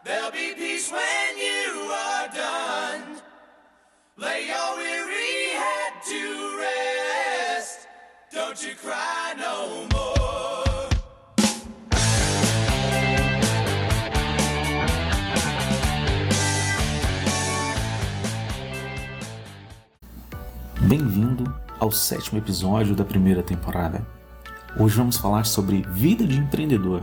There'll be peace when you are done. Lay your weary head to rest. Don't you cry no more. Bem-vindo ao 7º episódio da primeira temporada. Hoje vamos falar sobre vida de empreendedor.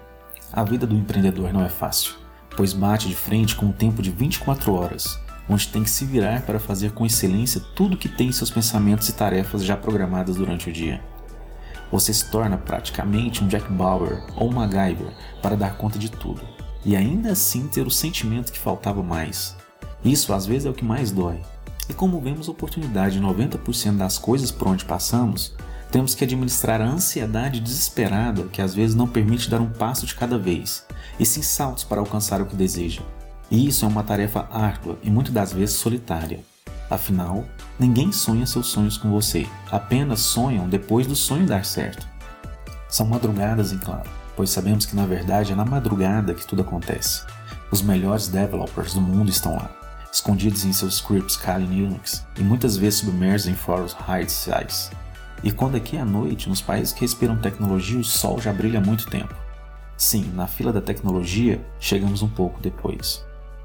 A vida do empreendedor não é fácil, pois bate de frente com um tempo de 24 horas, onde tem que se virar para fazer com excelência tudo que tem em seus pensamentos e tarefas já programadas durante o dia. Você se torna praticamente um Jack Bauer ou um MacGyver para dar conta de tudo, e ainda assim ter o sentimento que faltava mais. Isso às vezes é o que mais dói. E como vemos oportunidade em 90% das coisas por onde passamos, temos que administrar a ansiedade desesperada que às vezes não permite dar um passo de cada vez, e sim saltos para alcançar o que deseja. E isso é uma tarefa árdua e muitas das vezes solitária. Afinal, ninguém sonha seus sonhos com você, apenas sonham depois do sonho dar certo. São madrugadas, em claro, pois sabemos que na verdade é na madrugada que tudo acontece. Os melhores developers do mundo estão lá, escondidos em seus scripts Kali Linux e muitas vezes submersos em fóruns hard size. E quando aqui é noite, nos países que respiram tecnologia, o sol já brilha há muito tempo. Sim, na fila da tecnologia, chegamos um pouco depois.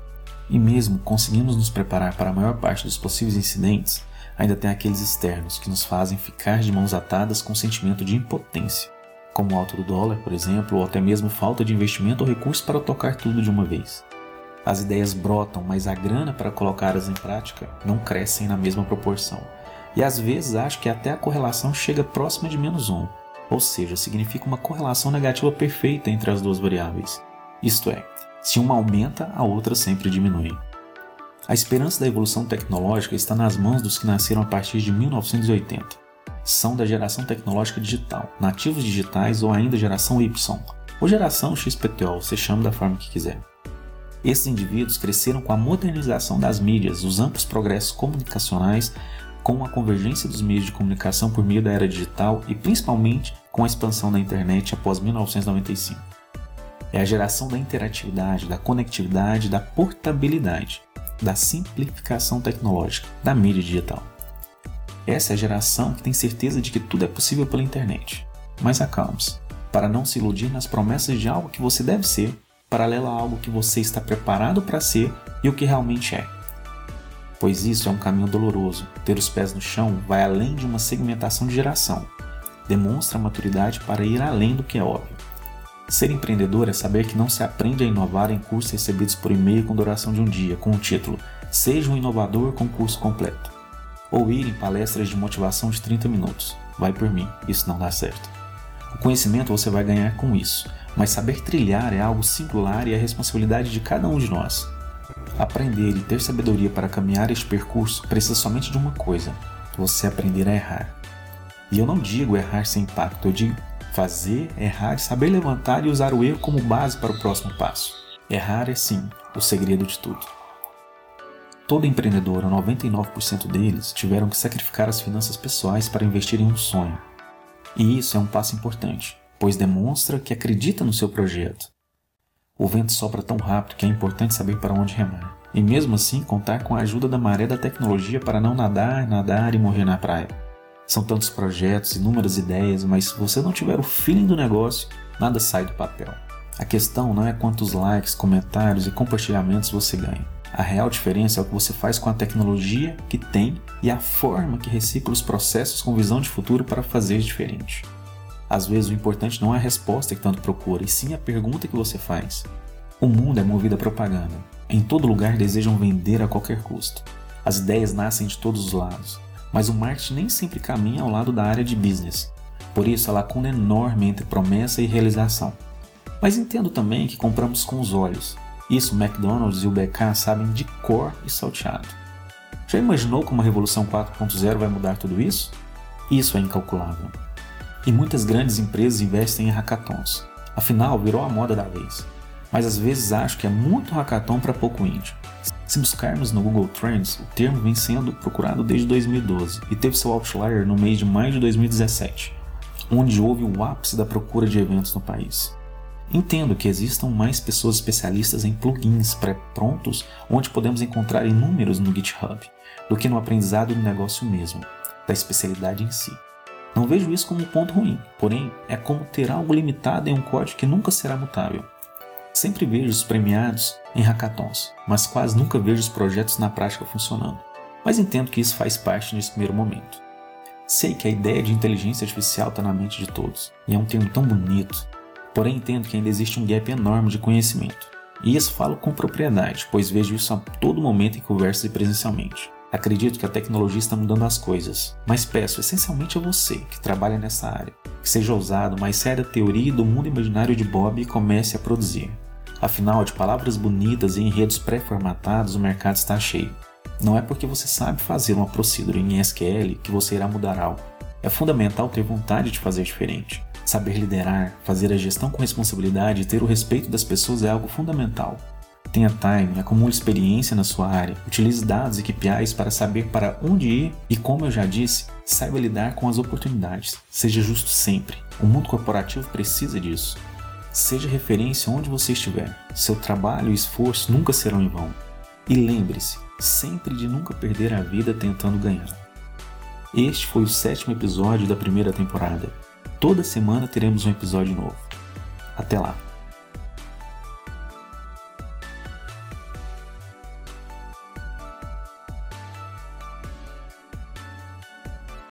E mesmo conseguimos nos preparar para a maior parte dos possíveis incidentes, ainda tem aqueles externos que nos fazem ficar de mãos atadas com sentimento de impotência, como o alto do dólar, por exemplo, ou até mesmo falta de investimento ou recursos para tocar tudo de uma vez. As ideias brotam, mas a grana para colocá-las em prática não crescem na mesma proporção. E às vezes acho que até a correlação chega próxima de -1, ou seja, significa uma correlação negativa perfeita entre as duas variáveis. Isto é, se uma aumenta, a outra sempre diminui. A esperança da evolução tecnológica está nas mãos dos que nasceram a partir de 1980. São da geração tecnológica digital, nativos digitais ou ainda geração Y, ou geração XPTO, você chama da forma que quiser. Esses indivíduos cresceram com a modernização das mídias, os amplos progressos comunicacionais, com a convergência dos meios de comunicação por meio da era digital e principalmente com a expansão da internet após 1995. É a geração da interatividade, da conectividade, da portabilidade, da simplificação tecnológica, da mídia digital. Essa é a geração que tem certeza de que tudo é possível pela internet. Mas acalme-se, para não se iludir nas promessas de algo que você deve ser, paralelo a algo que você está preparado para ser e o que realmente é. Pois isso é um caminho doloroso. Ter os pés no chão vai além de uma segmentação de geração. Demonstra maturidade para ir além do que é óbvio. Ser empreendedor é saber que não se aprende a inovar em cursos recebidos por e-mail com duração de um dia, com o título "Seja um inovador com curso completo", ou ir em palestras de motivação de 30 minutos. Vai por mim, isso não dá certo. O conhecimento você vai ganhar com isso, mas saber trilhar é algo singular e é a responsabilidade de cada um de nós. Aprender e ter sabedoria para caminhar este percurso precisa somente de uma coisa: você aprender a errar. E eu não digo errar sem impacto, eu digo fazer, errar, saber levantar e usar o erro como base para o próximo passo. Errar é sim o segredo de tudo. Todo empreendedor, ou 99% deles, tiveram que sacrificar as finanças pessoais para investir em um sonho. E isso é um passo importante, pois demonstra que acredita no seu projeto. O vento sopra tão rápido que é importante saber para onde remar. E mesmo assim contar com a ajuda da maré da tecnologia para não nadar e morrer na praia. São tantos projetos, inúmeras ideias, mas se você não tiver o feeling do negócio, nada sai do papel. A questão não é quantos likes, comentários e compartilhamentos você ganha. A real diferença é o que você faz com a tecnologia que tem e a forma que recicla os processos com visão de futuro para fazer diferente. Às vezes o importante não é a resposta que tanto procura, e sim a pergunta que você faz. O mundo é movido a propaganda. Em todo lugar desejam vender a qualquer custo. As ideias nascem de todos os lados, mas o marketing nem sempre caminha ao lado da área de business. Por isso a lacuna é enorme entre promessa e realização. Mas entendo também que compramos com os olhos. Isso o McDonald's e o BK sabem de cor e salteado. Já imaginou como a Revolução 4.0 vai mudar tudo isso? Isso é incalculável. E muitas grandes empresas investem em hackathons. Afinal, virou a moda da vez. Mas às vezes acho que é muito hackathon para pouco índio. Se buscarmos no Google Trends, o termo vem sendo procurado desde 2012 e teve seu outlier no mês de maio de 2017, onde houve o ápice da procura de eventos no país. Entendo que existam mais pessoas especialistas em plugins pré-prontos, onde podemos encontrar inúmeros no GitHub, do que no aprendizado do negócio mesmo, da especialidade em si. Não vejo isso como um ponto ruim, porém é como ter algo limitado em um código que nunca será mutável. Sempre vejo os premiados em hackathons, mas quase nunca vejo os projetos na prática funcionando. Mas entendo que isso faz parte nesse primeiro momento. Sei que a ideia de inteligência artificial está na mente de todos, e é um termo tão bonito, porém entendo que ainda existe um gap enorme de conhecimento. E isso falo com propriedade, pois vejo isso a todo momento em conversas e presencialmente. Acredito que a tecnologia está mudando as coisas, mas peço essencialmente a você, que trabalha nessa área, que seja ousado, mas saia da teoria e do mundo imaginário de Bob e comece a produzir. Afinal, de palavras bonitas e enredos pré-formatados, o mercado está cheio. Não é porque você sabe fazer uma procedure em SQL que você irá mudar algo. É fundamental ter vontade de fazer diferente. Saber liderar, fazer a gestão com responsabilidade e ter o respeito das pessoas é algo fundamental. Tenha time, acumule experiência na sua área, utilize dados e KPIs para saber para onde ir e, como eu já disse, saiba lidar com as oportunidades. Seja justo sempre. O mundo corporativo precisa disso. Seja referência onde você estiver. Seu trabalho e esforço nunca serão em vão. E lembre-se sempre de nunca perder a vida tentando ganhar. Este foi o 7º episódio da primeira temporada. Toda semana teremos um episódio novo. Até lá!